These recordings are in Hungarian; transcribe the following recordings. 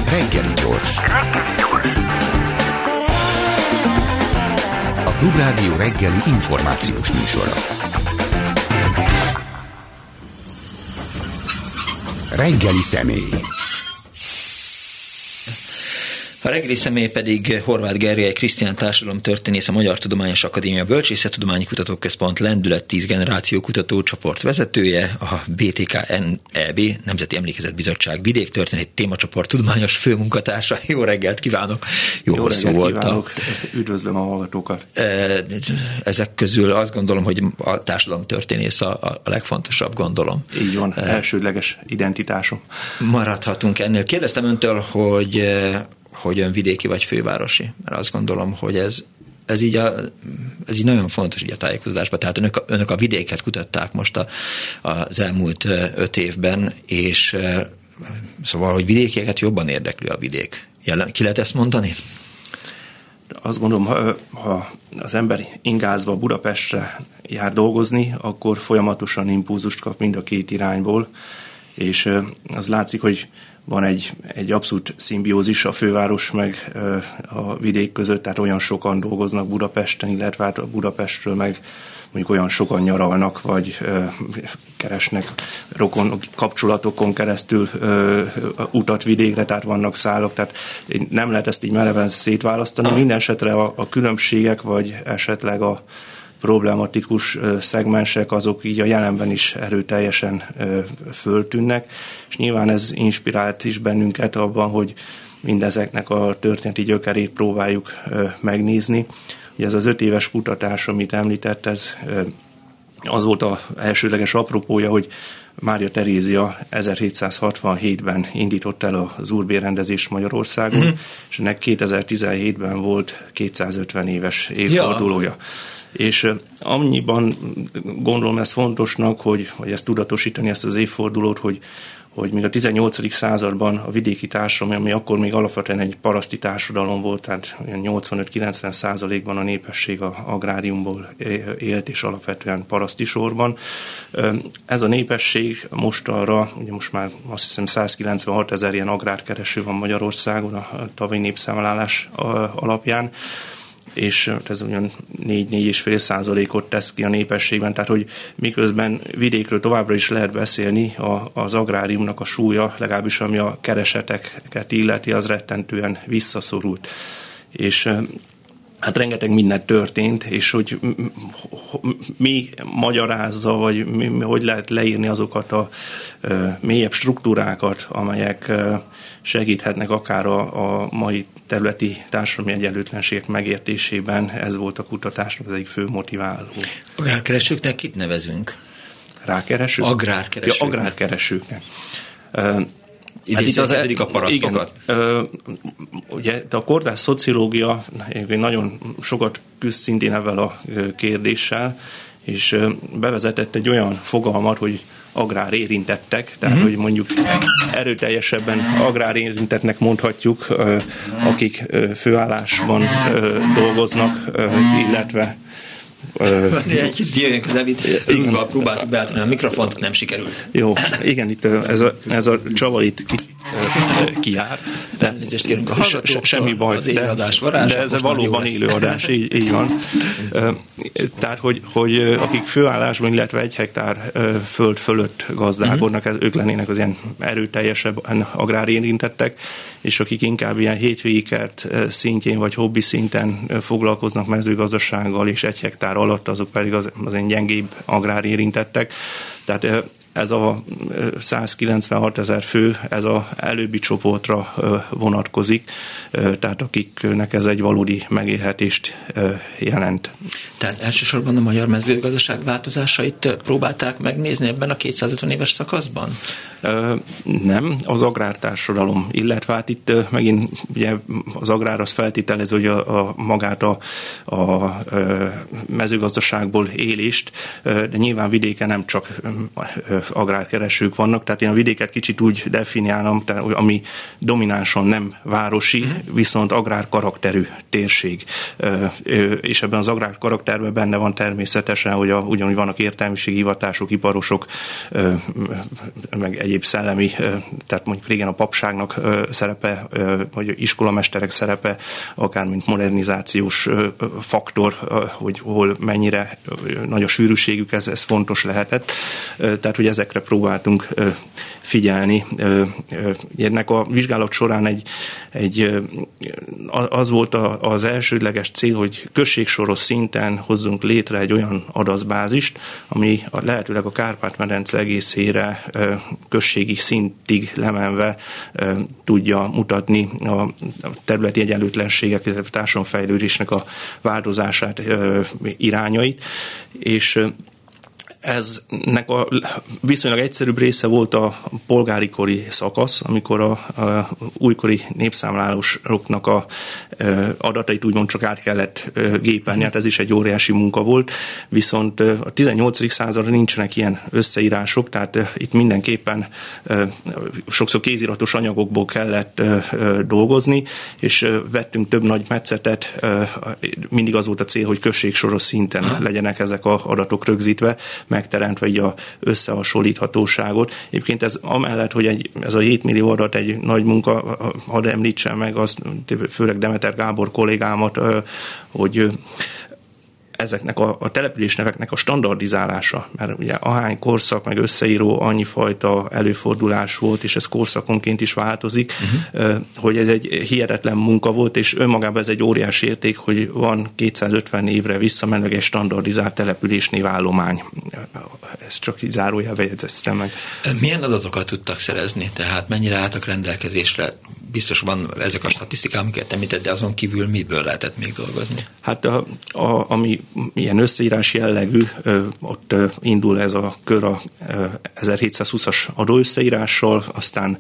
Reggeli gyors. A Klubrádió reggeli információs műsora. Reggeli személy. A reggeli személy pedig Horváth Gergely Krisztián társadalomtörténész, a Magyar Tudományos Akadémia Bölcsészettudományi Kutatóközpont Lendület 10 generáció kutatócsoport vezetője, a BTK-NEB Nemzeti Emlékezetbizottság vidéktörténet témacsoport tudományos főmunkatársa. Jó reggelt kívánok! Jó reggelt kívánok! Üdvözlöm a hallgatókat! Ezek közül azt gondolom, hogy a társadalomtörténész a legfontosabb, gondolom. Így van, elsődleges identitásom. Maradhatunk ennél. Kérdeztem öntől, hogy ön vidéki vagy fővárosi, mert azt gondolom, hogy ez így nagyon fontos így a tájékozódásban. Tehát önök a vidéket kutatták most az elmúlt 5 évben, és szóval, hogy vidékieket jobban érdekli a vidék. Ki lehet ezt mondani? Azt gondolom, ha az ember ingázva Budapestre jár dolgozni, akkor folyamatosan impulzust kap mind a két irányból, és az látszik, hogy van egy abszolút szimbiózis a főváros meg a vidék között, tehát olyan sokan dolgoznak Budapesten, illetve hát a Budapestről meg mondjuk olyan sokan nyaralnak, vagy keresnek rokon kapcsolatokon keresztül utat vidékre, tehát vannak szállok, tehát nem lehet ezt így mereven szétválasztani. Minden esetre a különbségek, vagy esetleg a problematikus szegmensek, azok így a jelenben is erőteljesen föltűnnek, és nyilván ez inspirált is bennünket abban, hogy mindezeknek a történeti gyökerét próbáljuk megnézni. Ugye ez az 5 éves kutatás, amit említett, az volt az elsődleges apropója, hogy Mária Terézia 1767-ben indított el az úrbérrendezést Magyarországon, és ennek 2017-ben volt 250 éves évfordulója. Ja. És annyiban gondolom ez fontosnak, hogy ezt tudatosítani, ezt az évfordulót, hogy még a 18. században a vidéki társadalom, ami akkor még alapvetően egy paraszti társadalom volt, tehát 85-90%-ban a népesség a agráriumból élt, és alapvetően paraszti sorban. Ez a népesség mostanra, ugye most már azt hiszem 196 000 ilyen agrárkereső van Magyarországon a tavalyi népszámlálás alapján, és ez olyan 4-4,5%-ot tesz ki a népességben, tehát hogy miközben vidékről továbbra is lehet beszélni, az agráriumnak a súlya, legalábbis ami a kereseteket illeti, az rettentően visszaszorult. És hát rengeteg minden történt, és hogy mi magyarázza, vagy hogy lehet leírni azokat a mélyebb struktúrákat, amelyek segíthetnek akár a mai területi társadalmi egyenlőtlenségek megértésében. Ez volt a kutatásnak az egyik fő motiváló. Agrárkeresőknek kit nevezünk? Rákeresők? Agrárkeresőknek. Ja, agrárkeresőknek. Idéződik a parasztokat. Igen, ugye a kortárs szociológia nagyon sokat küzd szintén ezzel a kérdéssel, és bevezetett egy olyan fogalmat, hogy agrárérintettek, tehát hogy mondjuk erőteljesebben agrárérintettnek mondhatjuk, akik főállásban dolgoznak, illetve egy kicsit jöjjön közel, Ingval próbáltuk beállítani a mikrofont, nem sikerült. Jó, igen, itt ez a csavar itt kijár. Elnézést kérünk a hallgatóktól, semmi baj, az élőadás varázsa. De ez valóban élőadás, így van. Tehát, hogy akik főállásban, illetve 1 hektár föld fölött gazdálkodnak, ők lennének az ilyen erőteljesebb agrárérintettek, és akik inkább ilyen hétvégikert szintjén, vagy hobbi szinten foglalkoznak mezőgazdasággal, és 1 hektár alatt, azok pedig az ilyen gyengébb agrárérintettek. Tehát ez a 196 000 fő, ez az előbbi csoportra vonatkozik, tehát akiknek ez egy valódi megélhetést jelent. Tehát elsősorban a magyar mezőgazdaság változásait próbálták megnézni ebben a 250 éves szakaszban? Nem, az agrártársadalom, illetve hát itt megint ugye az agrár az feltételez, hogy magát a mezőgazdaságból élést, de nyilván vidéken nem csak agrárkeresők vannak, tehát én a vidéket kicsit úgy definiálom, ami dominánsan nem városi, viszont agrárkarakterű térség. És ebben az agrárkarakterben benne van természetesen, hogy ugyanúgy vannak értelmiségi hivatások, iparosok, meg egyéb szellemi, tehát mondjuk régen a papságnak szerepe, vagy iskolamesterek szerepe, akár mint modernizációs faktor, hogy hol mennyire nagy a sűrűségük, ez fontos lehetett. Tehát, hogy ezekre próbáltunk figyelni. Ennek a vizsgálat során az volt az elsődleges cél, hogy községsoros szinten hozzunk létre egy olyan adatbázist, ami lehetőleg a Kárpát-medence egészére községi szintig lemenve tudja mutatni a területi egyenlőtlenségek, illetve társadalomfejlődésnek a változását, irányait, és eznek a viszonylag egyszerűbb része volt a polgári kori szakasz, amikor a újkori népszámlálósoknak a adatait úgymond csak át kellett gépelni, hát ez is egy óriási munka volt, viszont a 18. századra nincsenek ilyen összeírások, tehát itt mindenképpen sokszor kéziratos anyagokból kellett dolgozni, és vettünk több nagy metszetet, mindig az volt a cél, hogy községsoros szinten legyenek ezek az adatok rögzítve, megteremtve így a összehasonlíthatóságot. Egyébként ez amellett, hogy ez a 7 millió adat egy nagy munka, hadd említsem meg azt, főleg Demeter Gábor kollégámat, hogy ezeknek a településneveknek a standardizálása, mert ugye ahány korszak meg összeíró annyifajta előfordulás volt, és ez korszakonként is változik, hogy ez egy hihetetlen munka volt, és önmagában ez egy óriási érték, hogy van 250 évre visszamenőleg egy standardizált településnévállomány. Ezt csak így zárójelbe jegyeztem meg. Milyen adatokat tudtak szerezni? Tehát mennyire álltak rendelkezésre? Biztos van ezek a statisztikák, amiket említett, de azon kívül miből lehetett még dolgozni? Hát ami ilyen összeírás jellegű, ott indul ez a kör a 1720-as adóösszeírással, aztán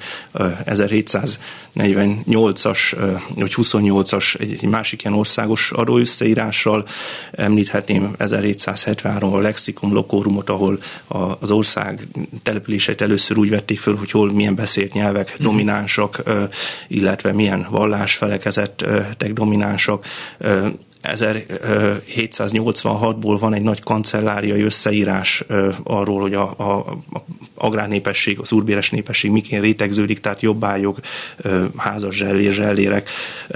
1748-as vagy 28-as egy másik ilyen országos adóösszeírással, említhetném 1773 a Lexicum Locorumot, ahol az ország településeit először úgy vették föl, hogy hol milyen beszélt nyelvek dominánsak, illetve milyen vallásfelekezettek dominánsak. 1786-ból van egy nagy kancelláriai összeírás arról, hogy a agrárnépesség, az urbéres népesség miként rétegződik, tehát jobbályok, házas zsellérek,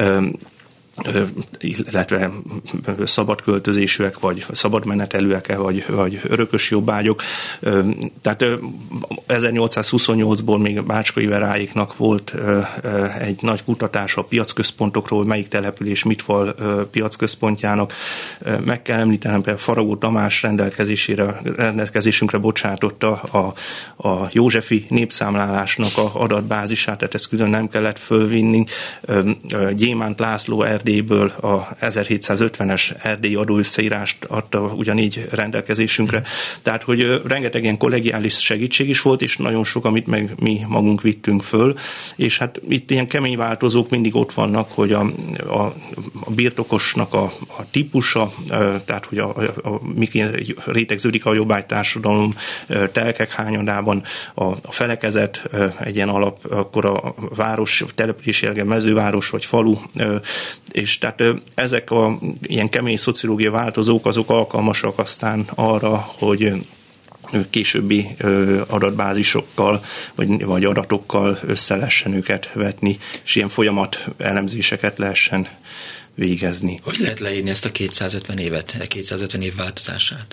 illetve szabad költözésűek, vagy szabad menetelőek, vagy örökös jobbágyok. Tehát 1828-ból még Bácskai Veráéknak volt egy nagy kutatása a piacközpontokról, melyik település mit val piacközpontjának. Meg kell említenem, például Faragó Tamás rendelkezésünkre bocsátotta a józsefi népszámlálásnak a adatbázisát, tehát ezt külön nem kellett fölvinni. Gyémánt László Erdélyből a 1750-es erdélyi adóösszeírást adta ugyanígy rendelkezésünkre. Tehát, hogy rengeteg ilyen kollegiális segítség is volt, és nagyon sok, amit meg mi magunk vittünk föl, és hát itt ilyen kemény változók mindig ott vannak, hogy a birtokosnak a típusa, tehát, hogy miként rétegződik a jobbágytársadalom, telkek hányadában a felekezet egy ilyen alap, akkor a város, település jelge, mezőváros vagy falu, és tehát ezek a ilyen kemény szociológiai változók, azok alkalmasak aztán arra, hogy későbbi adatbázisokkal vagy adatokkal össze lehessen őket vetni, és ilyen folyamat elemzéseket lehessen végezni. Hogy lehet leírni ezt a 250 évet, a 250 év változását?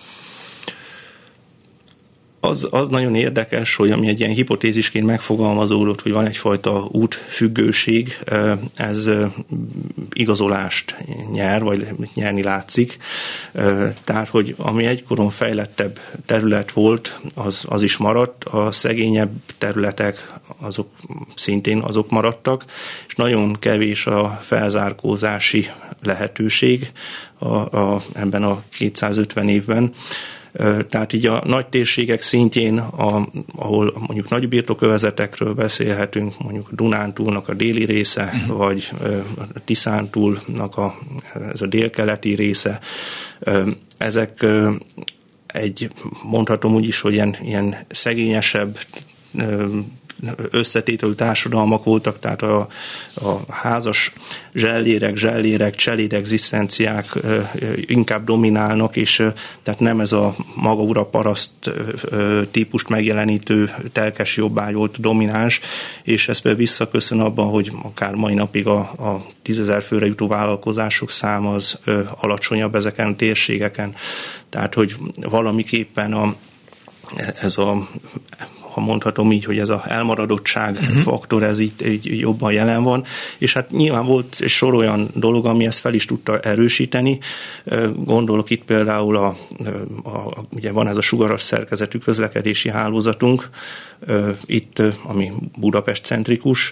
Az nagyon érdekes, hogy ami egy ilyen hipotézisként megfogalmazódott, hogy van egyfajta útfüggőség, ez igazolást nyer, vagy nyerni látszik. Tehát, hogy ami egykoron fejlettebb terület volt, az is maradt, a szegényebb területek azok szintén azok maradtak, és nagyon kevés a felzárkózási lehetőség ebben a 250 évben. Tehát így a nagy térségek szintjén, ahol mondjuk nagy birtokövezetekről beszélhetünk, mondjuk Dunántúlnak a déli része, vagy Tiszántúlnak ez a délkeleti része, mondhatom úgy is, hogy ilyen szegényesebb összetételű társadalmak voltak, tehát a házas zsellérek, cseléd egzisztenciák inkább dominálnak, és tehát nem ez a maga ura paraszt típust megjelenítő telkes jobbágy volt domináns, és ez például visszaköszön abban, hogy akár mai napig a 10 000 főre jutó vállalkozások száma az alacsonyabb ezeken a térségeken. Tehát, hogy valamiképpen ha mondhatom így, hogy ez az elmaradottság faktor, ez így jobban jelen van, és hát nyilván volt egy sor olyan dolog, ami ezt fel is tudta erősíteni. Gondolok itt például ugye van ez a sugaras szerkezetű közlekedési hálózatunk, itt, ami Budapest centrikus,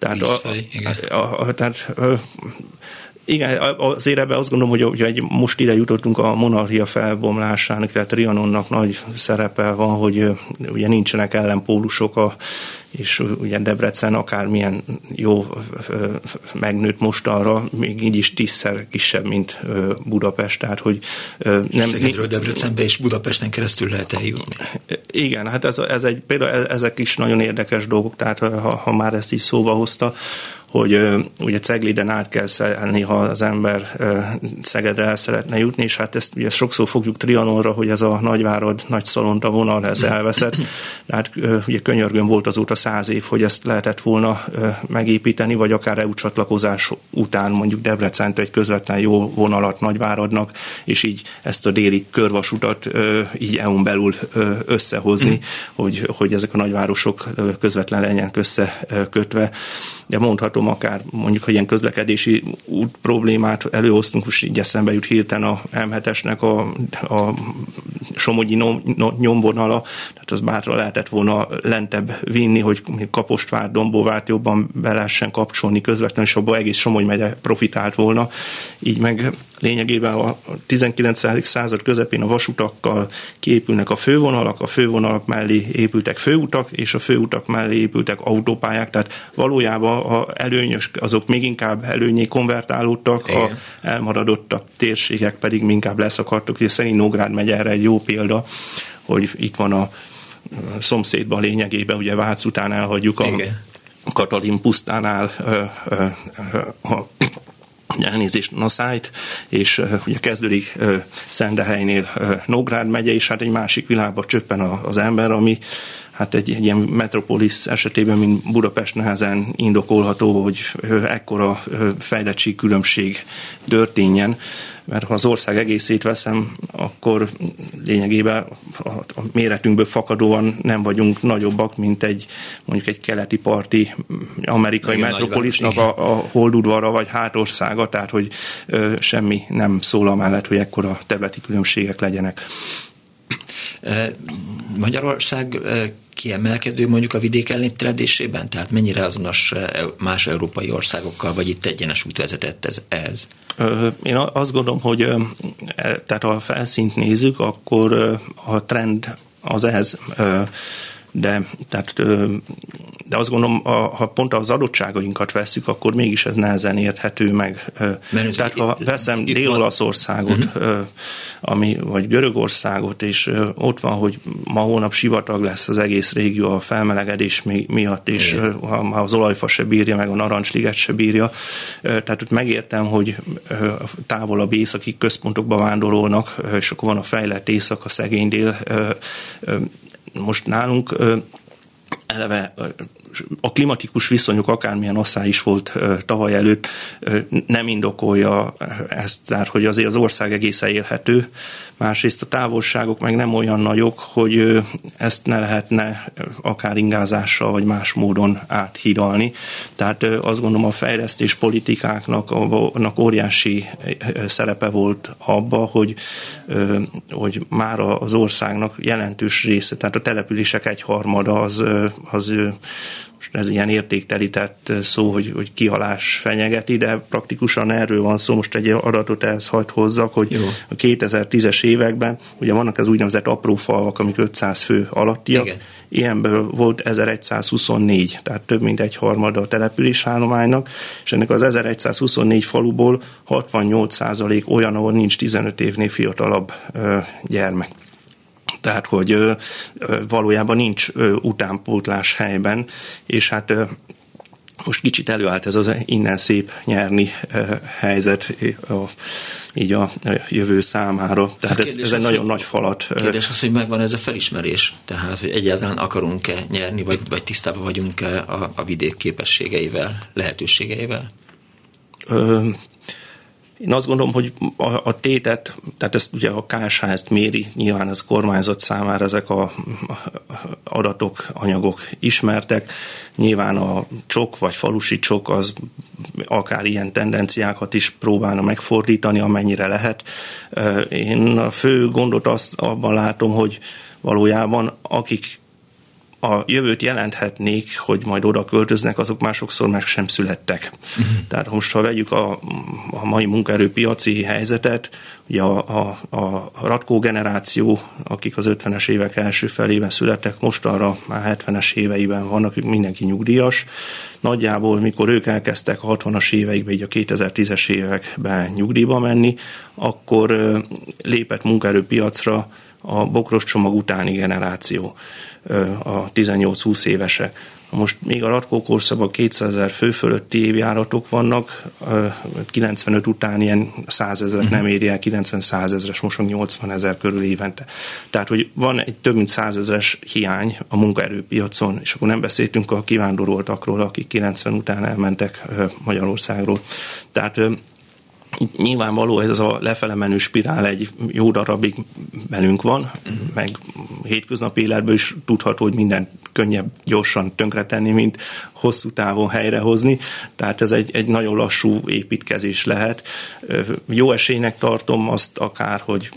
igen, azért ebben azt gondolom, hogy most ide jutottunk a monarchia felbomlásának, tehát Trianonnak nagy szerepe van, hogy ugye nincsenek ellenpólusok, és ugye Debrecen akármilyen jó megnőtt mostanra, még így is 10-szer kisebb, mint Budapest, tehát hogy nem... Szegedről Debrecenbe és Budapesten keresztül lehet eljutni. Igen, hát például ezek is nagyon érdekes dolgok, tehát ha már ezt így szóba hozta, hogy ugye Cegliden át kell szállni, ha az ember Szegedre el szeretne jutni, és hát ezt ugye sokszor fogjuk Trianonra, hogy ez a Nagyvárad, Nagyszalonta vonal, ez elveszett. Hát ugye könyörgőn volt azóta 100 év, hogy ezt lehetett volna megépíteni, vagy akár EU csatlakozás után mondjuk Debrecentől egy közvetlen jó vonalat Nagyváradnak, és így ezt a déli körvasutat így EU-n belül összehozni, hogy ezek a nagyvárosok közvetlen legyenek összekötve. De mondhatom akár mondjuk, hogy ilyen közlekedési út problémát előhoztunk, most így eszembe jut hirtelen a M7-esnek a somogyi nyomvonala, tehát az bátran lehetett volna lentebb vinni, hogy Kapostvár, Dombóvárt jobban be lehessen kapcsolni közvetlenül, és abban egész Somogy megye profitált volna. Így meg lényegében a 19. század közepén a vasutakkal kiépülnek a fővonalak mellé épültek főutak, és a főutak mellé épültek autópályák, tehát valójában a előnyös, azok még inkább előnyé konvertálódtak, a elmaradottabb térségek pedig inkább leszakadtak. Ugye szegény Nógrád megye erre egy jó példa, hogy itt van a szomszédban lényegében, ugye Vác után elhagyjuk a Katalin pusztánál elnézést Naszályt, és ugye kezdődik Szendehelynél Nógrád megye, és hát egy másik világba csöppen az ember, ami hát egy ilyen metropolis esetében, mint Budapest nehezen indokolható, hogy ekkora fejlettség különbség történjen, mert ha az ország egészét veszem, akkor lényegében a méretünkből fakadóan nem vagyunk nagyobbak, mint mondjuk egy keleti parti amerikai metropolisnak a Holdudvara vagy Hátországa, tehát hogy semmi nem szól amellett, hogy ekkora területi különbségek legyenek. Magyarország kiemelkedő mondjuk a vidék elnéptelenedésében? Tehát mennyire azonos más európai országokkal, vagy itt egyenes út vezetett ez? Én azt gondolom, hogy tehát ha a felszínt nézzük, akkor a trend az ez, de azt gondolom, ha pont az adottságainkat vesszük, akkor mégis ez nehezen érthető meg. Tehát ha veszem Dél-Olaszországot, vagy Görögországot, és ott van, hogy ma hónap sivatag lesz az egész régió a felmelegedés miatt, és ha az olajfa se bírja, meg a Narancsliget se bírja. Tehát ott megértem, hogy távolabb északi központokba vándorolnak, és akkor van a fejlett észak, a szegény dél. Most nálunk eleve a klimatikus viszonyok, akármilyen asszály is volt tavaly előtt, nem indokolja ezt, tehát hogy azért az ország egészen élhető. Másrészt a távolságok meg nem olyan nagyok, hogy ezt ne lehetne akár ingázással, vagy más módon áthidalni. Tehát azt gondolom, a fejlesztés politikáknak óriási szerepe volt abba, hogy már az országnak jelentős része, tehát a települések egyharmada az ez ilyen értéktelített szó, hogy kihalás fenyegeti, de praktikusan erről van szó. Most egy adatot ehhez hadd hozzak, hogy a 2010-es években ugye vannak az úgynevezett apró falvak, amik 500 fő alattiak. Igen. Ilyenből volt 1124, tehát több mint egyharmada a településállománynak, és ennek az 1124 faluból 68% olyan, ahol nincs 15 évnél fiatalabb gyermek. Tehát, hogy valójában nincs utánpótlás helyben, és hát most kicsit előállt ez az innen szép nyerni helyzet így a jövő számára. Tehát ez egy nagyon nagy falat. Kérdés az, hogy megvan ez a felismerés, tehát hogy egyáltalán akarunk-e nyerni, vagy tisztában vagyunk-e a vidék képességeivel, lehetőségeivel? Én azt gondolom, hogy a tétet, tehát ezt ugye a KSH ezt méri, nyilván ez kormányzat számára ezek a adatok, anyagok ismertek. Nyilván a csok vagy falusi csok az akár ilyen tendenciákat is próbálna megfordítani, amennyire lehet. Én a fő gondot abban látom, hogy valójában akik a jövőt jelenthetnék, hogy majd oda költöznek, azok már sokszor meg sem születtek. Tehát most, ha vegyük a mai munkaerőpiaci helyzetet, ugye a Ratkó generáció, akik az 50-es évek első felében születtek, mostanra már 70-es éveiben vannak, mindenki nyugdíjas. Nagyjából, mikor ők elkezdtek a 60-as éveikben, így a 2010-es években nyugdíjba menni, akkor lépett munkaerőpiacra a bokros csomag utáni generáció, a 18-20 évesek. Most még a Ratkó korszakban 200 000 fő fölötti évjáratok vannak, 95 után ilyen 100 000 nem éri el, 90-100 000-es, most meg 80 000 körül évente. Tehát, hogy van egy több mint 100 000-es hiány a munkaerőpiacon, és akkor nem beszéltünk a kivándoroltakról, akik 90 után elmentek Magyarországról. Tehát nyilvánvaló, ez a lefele menő spirál egy jó darabig velünk van, meg hétköznapi életből is tudható, hogy minden könnyebb gyorsan tönkretenni, mint hosszú távon helyrehozni. Tehát ez egy nagyon lassú építkezés lehet. Jó esélynek tartom azt akár, hogy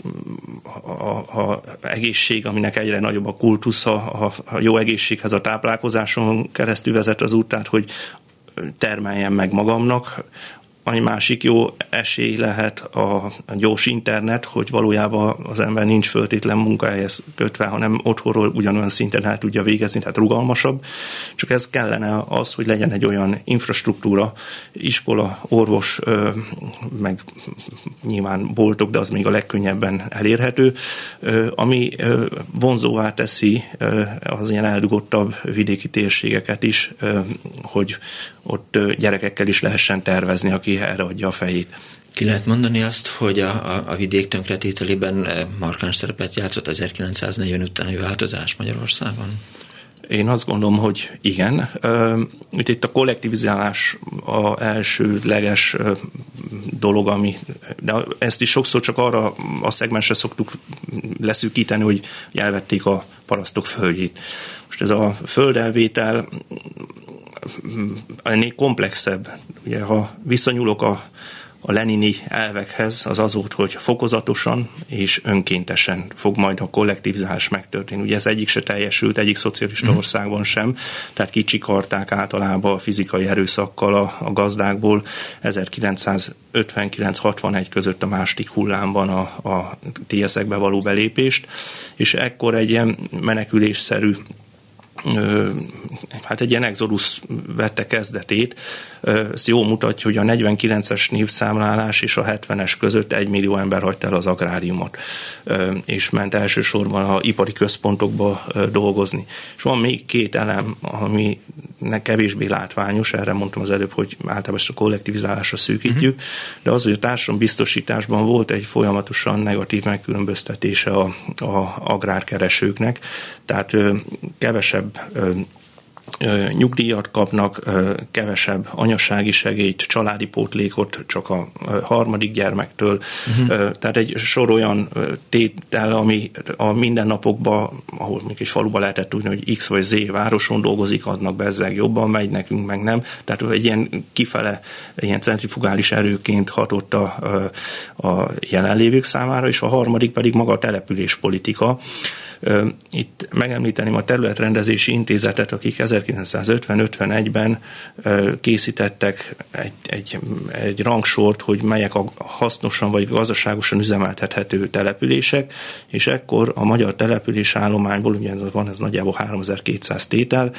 a egészség, aminek egyre nagyobb a kultusza, a jó egészséghez a táplálkozáson keresztül vezet az út, tehát hogy termeljem meg magamnak. Egy másik jó esély lehet a gyors internet, hogy valójában az ember nincs föltétlen munkahelyhez kötve, hanem otthonról ugyanolyan szinten el tudja végezni, tehát rugalmasabb. Csak ez kellene az, hogy legyen egy olyan infrastruktúra, iskola, orvos, meg nyilván boltok, de az még a legkönnyebben elérhető, ami vonzóvá teszi az ilyen eldugottabb vidéki térségeket is, hogy ott gyerekekkel is lehessen tervezni, aki erre adja a fejét. Ki lehet mondani azt, hogy a vidék tönkretételében markáns szerepet játszott 1940 utáni változás Magyarországon? Én azt gondolom, hogy igen. Itt a kollektivizálás az elsődleges dolog, de ezt is sokszor csak arra a szegmensre szoktuk leszűkíteni, hogy elvették a parasztok földjét. Most ez a földelvétel ennél komplexebb. Ugye, ha visszanyúlok a lenini elvekhez, az volt, hogy fokozatosan és önkéntesen fog majd a kollektivizálás megtörténni. Ugye ez egyik se teljesült, egyik szocialista országban sem, tehát kicsikarták általában a fizikai erőszakkal a gazdákból 1959-61 között a második hullámban a TSZ-ekbe való belépést, és ekkor egy ilyen menekülésszerű hát egy ilyen exodus vette kezdetét. Ez jól mutatja, hogy a 49-es népszámlálás és a 70-es között 1 millió ember hagyta el az agráriumot, és ment elsősorban a ipari központokba dolgozni. És van még két elem, aminek kevésbé látványos, erre mondtam az előbb, hogy általában ezt a kollektivizálásra szűkítjük, de az, hogy a társadalombiztosításban volt egy folyamatosan negatív megkülönböztetése a agrárkeresőknek, tehát kevesebb nyugdíjat kapnak, kevesebb anyasági segélyt, családi pótlékot csak a harmadik gyermektől. Tehát egy sor olyan tétel, ami a mindennapokban, ahol még egy faluban lehetett tudni, hogy X vagy Z városon dolgozik, adnak bezzeg jobban megy, nekünk meg nem. Tehát egy ilyen kifele, ilyen centrifugális erőként hatott a jelenlévők számára, és a harmadik pedig maga a településpolitika. Itt megemlíteném a területrendezési intézetet, akik 1950-51-ben készítettek egy rangsort, hogy melyek a hasznosan vagy gazdaságosan üzemeltethető települések, és ekkor a magyar településállományból, ugye van ez nagyjából 3200 tétel,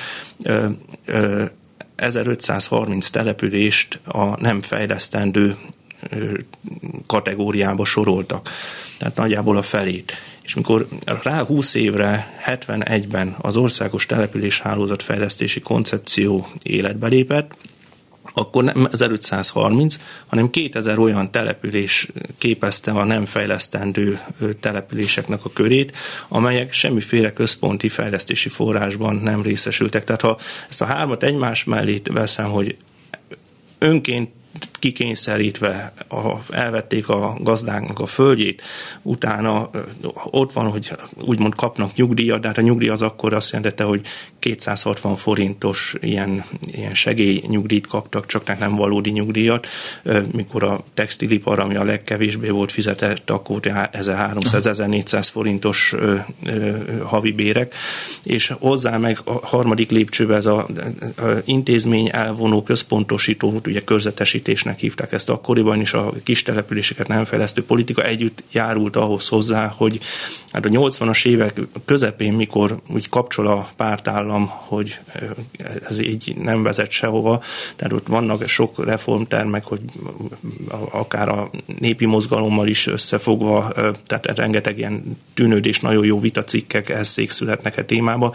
1530 települést a nem fejlesztendő kategóriába soroltak. Tehát nagyjából a felét. és mikor rá 20 évre, 71-ben az országos településhálózat fejlesztési koncepció életbe lépett, akkor nem 1530, hanem 2000 olyan település képezte a nem fejlesztendő településeknek a körét, amelyek semmiféle központi fejlesztési forrásban nem részesültek. Tehát ha ezt a hármat egymás mellé veszem, hogy önként kikényszerítve elvették a gazdáknak a földjét, utána ott van, hogy úgymond kapnak nyugdíjat, de hát a nyugdíj az akkor azt jelentette, hogy 260 forintos ilyen segélynyugdíjat kaptak, csak nem valódi nyugdíjat, mikor a textilipar, ami a legkevésbé volt fizetett, akkor 1300-1400 forintos havi bérek, és hozzá meg a harmadik lépcsőben ez az intézmény elvonó központosító, ugye körzetesítésnek hívták ezt akkoriban is, a kis településeket nem fejlesztő politika együtt járult ahhoz hozzá, hogy hát a 80-as évek közepén, mikor úgy kapcsol a pártállam, hogy ez így nem vezet sehova, tehát ott vannak sok reformtermek, hogy akár a népi mozgalommal is összefogva, tehát rengeteg ilyen tűnődés, nagyon jó vitacikkek, esszék születnek a témába,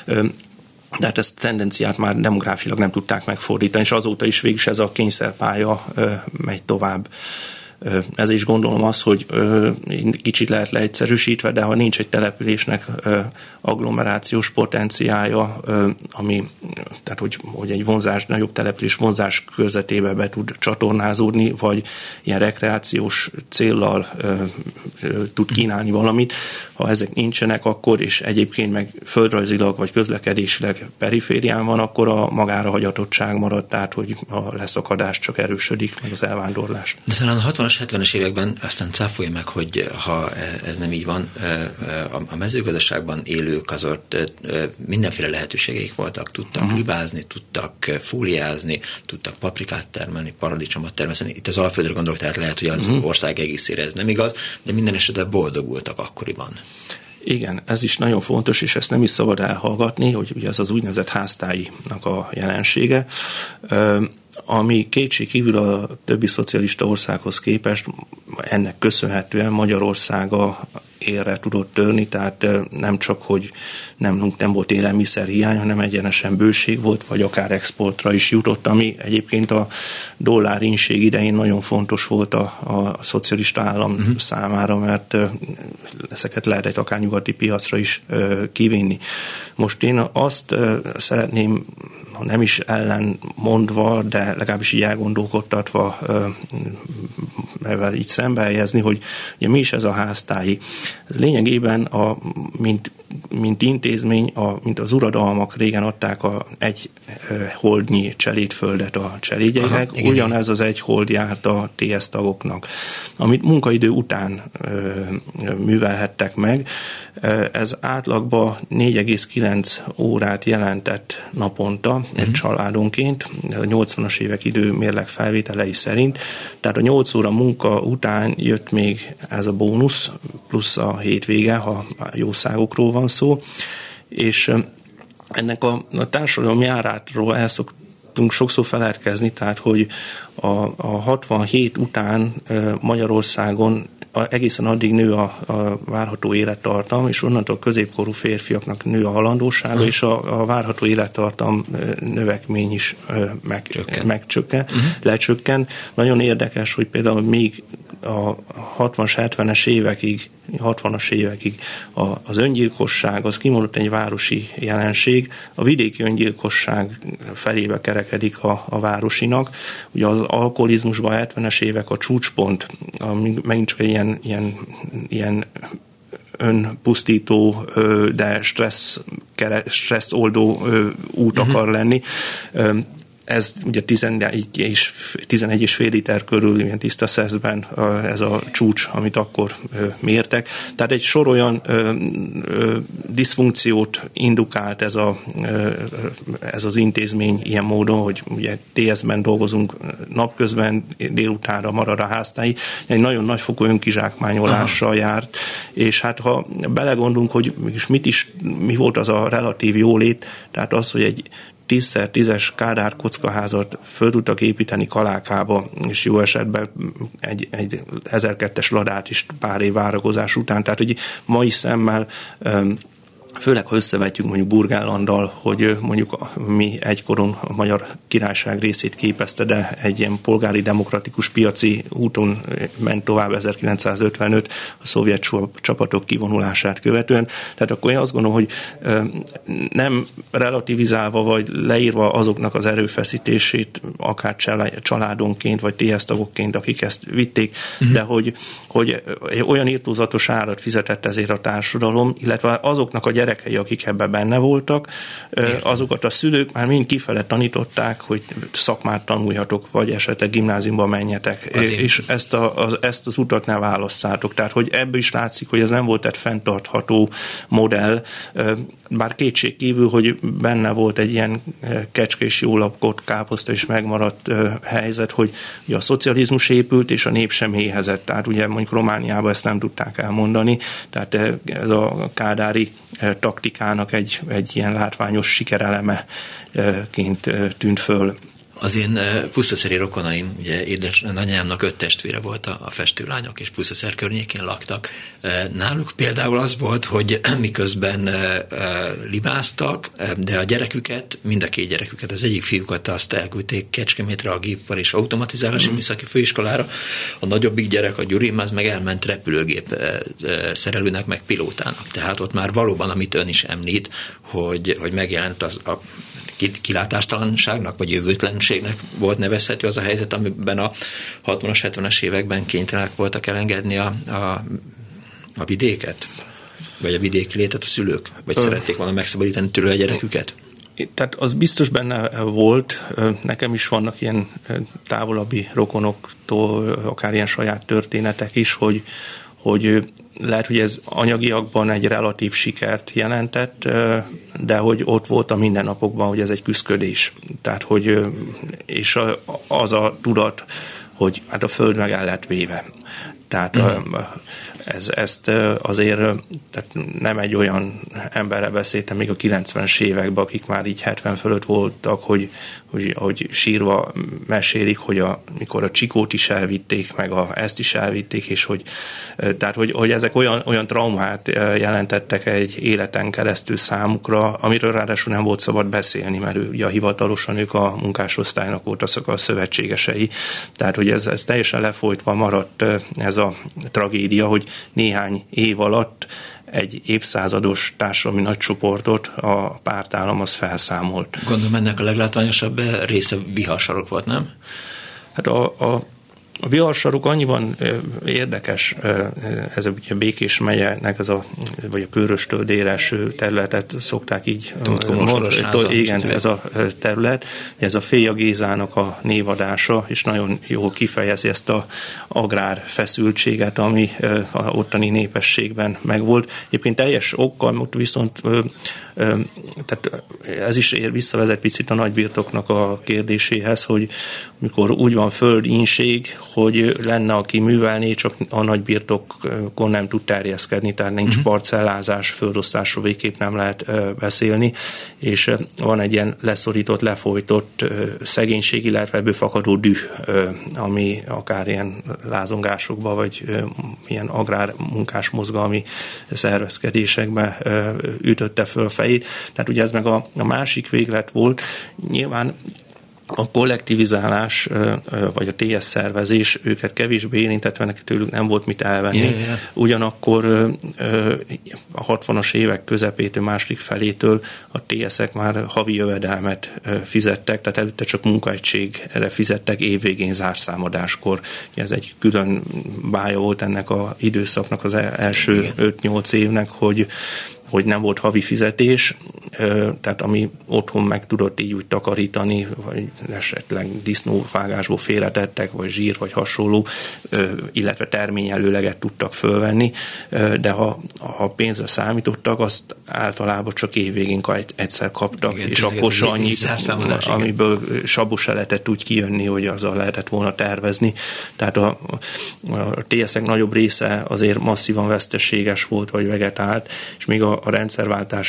de hát ezt a tendenciát már demográfilag nem tudták megfordítani, és azóta is végül ez a kényszerpálya megy tovább. Ez is gondolom az, hogy kicsit lehet leegyszerűsítve, de ha nincs egy településnek agglomerációs potenciálja, ami, tehát hogy egy vonzás, nagyobb település vonzás körzetébe be tud csatornázódni, vagy ilyen rekreációs céllal tud kínálni valamit, ha ezek nincsenek, akkor, és egyébként meg földrajzilag vagy közlekedésileg periférián van, akkor a magára hagyatottság marad, tehát hogy a leszakadás csak erősödik, meg az elvándorlás. De talán a 60-as, 70-es években aztán cáfolja meg, hogy ha ez nem így van, a mezőgazdaságban élők azért mindenféle lehetőségeik voltak, tudtak libázni, tudtak fóliázni, tudtak paprikát termelni, paradicsomot termelni. Itt az Alföldre gondolok, tehát lehet, hogy az ország egészére ez nem igaz, de minden esetben boldogultak akkoriban. Igen, ez is nagyon fontos, és ezt nem is szabad elhallgatni, hogy ugye ez az úgynevezett háztáinak a jelensége, ami kétség kívül a többi szocialista országhoz képest ennek köszönhetően Magyarországa élre tudott törni, tehát nem csak, hogy nem volt élelmiszerhiány, hanem egyenesen bőség volt, vagy akár exportra is jutott, ami egyébként a dollárinség idején nagyon fontos volt a szocialista állam számára, mert ezeket lehetett akár nyugati piacra is kivinni. Most én azt szeretném, ha nem is ellenmondva, de legalábbis így elgondolkodtatva így szembehelyezni, hogy ugye mi is ez a háztáji. Ez lényegében, mint intézmény, mint az uradalmak régen adták egy holdnyi cselédföldet a cselédjeinek, ugyanez az egy hold járt a TS tagoknak, amit munkaidő után művelhettek meg. Ez átlagban 4,9 órát jelentett naponta egy családonként, a 80-as évek időmérleg felvételei szerint. Tehát a 8 óra munka után jött még ez a bónusz, plusz a hétvége, ha jószágokról van szó, és ennek a társadalmi árátról el szoktunk sokszor feledkezni, tehát hogy a 67 után Magyarországon egészen addig nő a várható élettartam, és onnantól középkorú férfiaknak nő a és a várható élettartam növekmény is lecsökken. Nagyon érdekes, hogy például még a 60-70-es évekig, 60-as évekig az öngyilkosság az kimondott egy városi jelenség, a vidéki öngyilkosság felébe kerekedik a városinak. Ugye az alkoholizmusban a 70-es évek a csúcspont, megint csak ilyen önpusztító, de stresszt oldó út akar lenni. Ez ugye 11,5 liter körül ilyen tiszta szeszben ez a csúcs, amit akkor mértek. Tehát egy sor olyan diszfunkciót indukált ez az intézmény ilyen módon, hogy ugye TS-ben dolgozunk napközben, délutánra marad a háztáji. Egy nagyon nagyfokú önkizsákmányolással járt, és hát ha belegondolunk, hogy mi volt az a relatív jólét, tehát az, hogy egy 10x10-es Kádár kockaházat föl tudtak építeni Kalákába, és jó esetben egy 1002-es ladát is pár év várakozás után. Tehát, hogy mai szemmel főleg, ha összevetjük mondjuk Burgenlanddal, hogy mondjuk mi egykoron a Magyar Királyság részét képezte, de egy ilyen polgári demokratikus piaci úton ment tovább 1955 a szovjet csapatok kivonulását követően. Tehát akkor én azt gondolom, hogy nem relativizálva vagy leírva azoknak az erőfeszítését, akár családonként vagy TS tagokként, akik ezt vitték, de hogy olyan irtózatos árat fizetett ezért a társadalom, illetve azoknak a gyerekei, akik ebben benne voltak, azokat a szülők már mind kifele tanították, hogy szakmát tanuljatok, vagy esetleg gimnáziumba menjetek, és ezt az utat ne válasszátok. Tehát, hogy ebből is látszik, hogy ez nem volt egy fenntartható modell, bár kétség kívül, hogy benne volt egy ilyen kecskés, jól lakott, káposzta is megmaradt helyzet, hogy ugye a szocializmus épült, és a nép sem éhezett. Tehát ugye mondjuk Romániában ezt nem tudták elmondani, tehát ez a kádári taktikának egy ilyen látványos sikerelemeként tűnt föl. Az én Pusztaszeri rokonaim, ugye édesanyámnak 5 testvére volt a festőlányok, és Pusztaszer környékén laktak. Náluk például az volt, hogy miközben libáztak, de a gyereküket, mind a 2 gyereküket, az egyik fiúkat azt elküldték Kecskemétre a gépipar és automatizálási műszaki főiskolára, a nagyobbik gyerek, a Gyurim, az meg elment repülőgép szerelőnek, meg pilótának. Tehát ott már valóban, amit ön is említ, hogy megjelent az a kilátástalanságnak, vagy jövőtlenségnek volt nevezhető az a helyzet, amiben a 60-as, 70-es években kénytelenek voltak elengedni a vidéket? Vagy a vidéki létet a szülők? Vagy szerették volna megszabadítani tőle a gyereküket? Tehát az biztos benne volt, nekem is vannak ilyen távolabbi rokonoktól, akár ilyen saját történetek is, hogy lehet, hogy ez anyagiakban egy relatív sikert jelentett, de hogy ott volt a mindennapokban, hogy ez egy küszködés. Tehát, hogy és az a tudat, hogy hát a föld meg el lett véve. Tehát ezt azért tehát nem egy olyan emberre beszéltem még a 90-es években, akik már így 70 fölött voltak, hogy sírva mesélik, hogy mikor a Csikót is elvitték, meg ezt is elvitték, és tehát hogy ezek olyan traumát jelentettek egy életen keresztül számukra, amiről ráadásul nem volt szabad beszélni, mert ugye hivatalosan ők a munkásosztálynak voltak a szövetségesei. Tehát, hogy ez teljesen lefolytva maradt ez a tragédia, hogy néhány év alatt egy évszázados társadalmi nagycsoportot a pártállam az felszámolt. Gondolom ennek a leglátványosabb része Viharsarok volt, nem? Hát a Viharsarok annyiban érdekes, ez a Békés megyenek, vagy a Kőröstől délre eső területet szokták így igen, ez a terület, ez a Féja Gézának a névadása, és nagyon jól kifejezi ezt az agrár feszültséget, ami a ottani népességben megvolt. Egyébként teljes okkal, viszont tehát ez is visszavezet picit a nagybirtoknak a kérdéséhez, hogy mikor úgy van földínség, hogy lenne, aki művelné, csak a nagybirtokon nem tud terjeszkedni, tehát nincs parcellázás, földosztásról végképp nem lehet beszélni, és van egy ilyen leszorított, lefolytott szegénység, illetve ebből fakadó düh, ami akár ilyen lázongásokba, vagy ilyen agrármunkás mozgalmi szervezkedésekbe ütötte föl fejét. Tehát ugye ez meg a másik véglet volt. Nyilván a kollektivizálás, vagy a TS szervezés őket kevésbé érintett, mert tőlük nem volt mit elvenni. Ugyanakkor a 60-as évek közepétől, második felétől a TS-ek már havi jövedelmet fizettek, tehát előtte csak munkaegységre fizettek évvégén zárszámadáskor. Ez egy külön bája volt ennek az időszaknak, az első 5-8 évnek, hogy nem volt havi fizetés, tehát ami otthon meg tudott így úgy takarítani, vagy esetleg disznóvágásból félretettek, vagy zsír, vagy hasonló, illetve terményelőleget tudtak fölvenni, de ha pénzre számítottak, azt általában csak évvégén egyszer kaptak, igen, és akkor se annyi, amiből sabos se lehetett úgy kijönni, hogy azzal lehetett volna tervezni. Tehát a TS-ek nagyobb része azért masszívan veszteséges volt, vagy vegetált, és még a rendszerváltás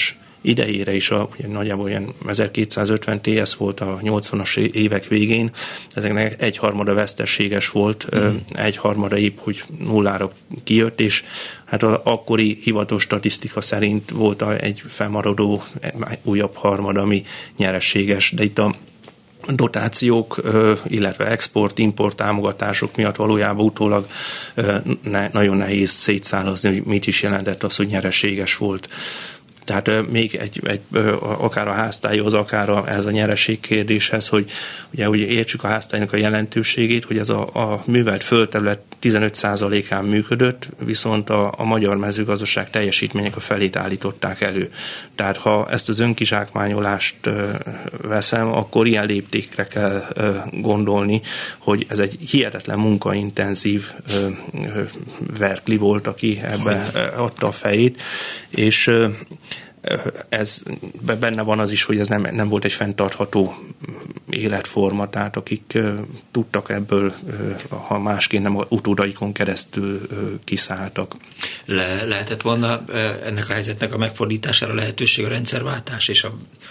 idejére is ugye nagyjából ilyen 1250 TS volt a 80-as évek végén, ezeknek egyharmada veszteséges volt, egyharmada épp, hogy nullára kijött, és hát az akkori hivatalos statisztika szerint volt egy felmaradó újabb harmad, ami nyereséges, de itt a dotációk, illetve export-import támogatások miatt valójában utólag nagyon nehéz szétszálazni, hogy mit is jelentett az, hogy nyereséges volt. Tehát még akár a háztályhoz, akár ez a nyereség kérdéshez, hogy ugye hogy értsük a háztálynak a jelentőségét, hogy ez a művelt földterület 15%-án működött, viszont a magyar mezőgazdaság teljesítmények a felét állították elő. Tehát ha ezt az önkizsákmányolást veszem, akkor ilyen léptékre kell gondolni, hogy ez egy hihetetlen munkaintenzív verkli volt, aki ebbe adta a fejét, és ez benne van az is, hogy ez nem volt egy fenntartható életforma, tehát akik tudtak ebből, ha másként nem utódaikon keresztül kiszálltak. Lehetett volna ennek a helyzetnek a megfordítására lehetőség a rendszerváltás és a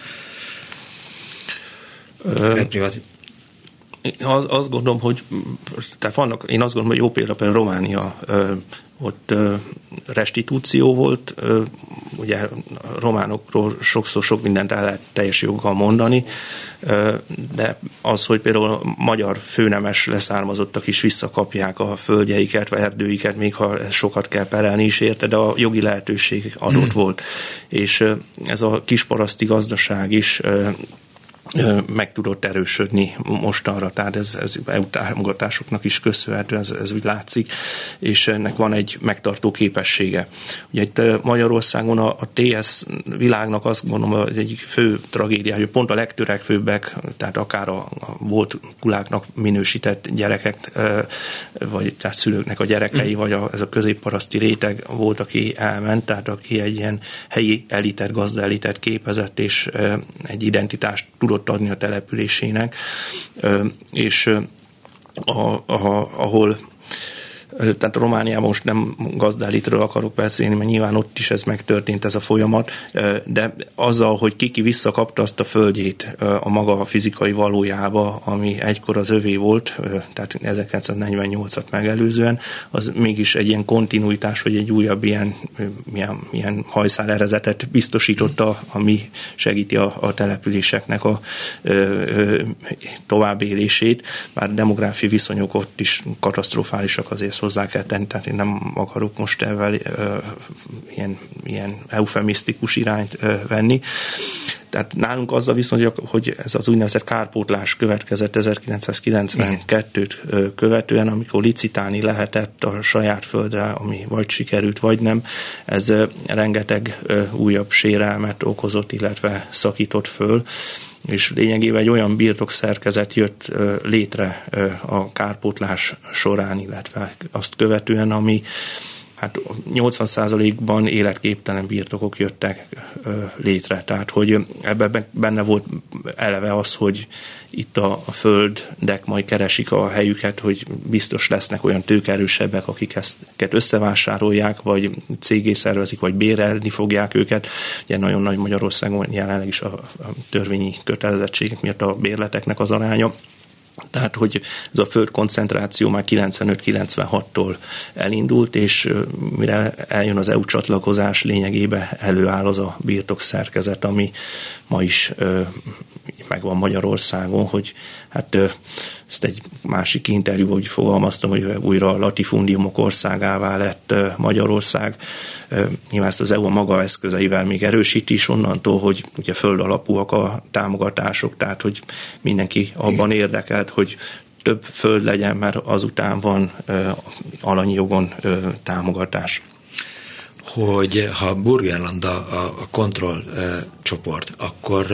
azt gondolom, hogy tehát én azt gondolom, hogy jó példa például Románia, ott restitúció volt, ugye a románokról sokszor sok mindent el lehet teljes joggal mondani, de az, hogy például a magyar főnemes leszármazottak is visszakapják a földjeiket, vagy erdőiket, még ha sokat kell perelni is érte, de a jogi lehetőség adott volt. És ez a kisparaszti gazdaság is meg tudott erősödni mostanra, tehát ez EU támogatásoknak is köszönhető, ez úgy látszik, és ennek van egy megtartó képessége. Ugye itt Magyarországon a TS világnak azt gondolom, az egyik fő tragédia, hogy pont a legtörekvőbbek, tehát akár a volt kuláknak minősített gyerekek, vagy tehát szülőknek a gyerekei, vagy ez a középparaszti réteg volt, aki elment, tehát aki egy ilyen helyi elitet, gazdaelitet képezett, és egy identitást tudott adni a településének, és ahol tehát Romániában most nem gazdaelitről akarok beszélni, mert nyilván ott is ez megtörtént, ez a folyamat, de azzal, hogy ki visszakapta azt a földjét a maga fizikai valójába, ami egykor az övé volt, tehát 1948-at megelőzően, az mégis egy ilyen kontinuitás, vagy egy újabb ilyen hajszálerezetet biztosította, ami segíti a településeknek a továbbélését, bár demográfiai viszonyok ott is katasztrofálisak, azért hozzá kell tenni, tehát én nem akarok most ezzel ilyen eufemisztikus irányt venni. Tehát nálunk az a viszony, hogy ez az úgynevezett kárpótlás következett 1992-t követően, amikor licitálni lehetett a saját földre, ami vagy sikerült, vagy nem. Ez rengeteg újabb sérelmet okozott, illetve szakított föl, és lényegében egy olyan birtokszerkezet jött létre a kárpótlás során, illetve azt követően, ami hát 80%-ban életképtelen birtokok jöttek létre. Tehát, hogy ebben benne volt eleve az, hogy itt a földek majd keresik a helyüket, hogy biztos lesznek olyan tőkeerősebbek, akik ezeket összevásárolják, vagy cégé szervezik, vagy bérelni fogják őket. Ugye nagyon nagy Magyarországon jelenleg is a törvényi kötelezettségek miatt a bérleteknek az aránya. Tehát, hogy ez a földkoncentráció már 95-96-tól elindult, és mire eljön az EU csatlakozás, lényegében előáll az a birtokszerkezet, ami ma is megvan Magyarországon, hogy hát ezt egy másik interjúban úgy fogalmaztam, hogy újra a latifundiumok országává lett Magyarország. Nyilván ezt az EU a maga eszközeivel még erősíti is onnantól, hogy ugye föld alapúak a támogatások, tehát hogy mindenki abban érdekelt, hogy több föld legyen, mert azután van alanyi jogon támogatás. Hogy ha Burgenland a kontrollcsoport, akkor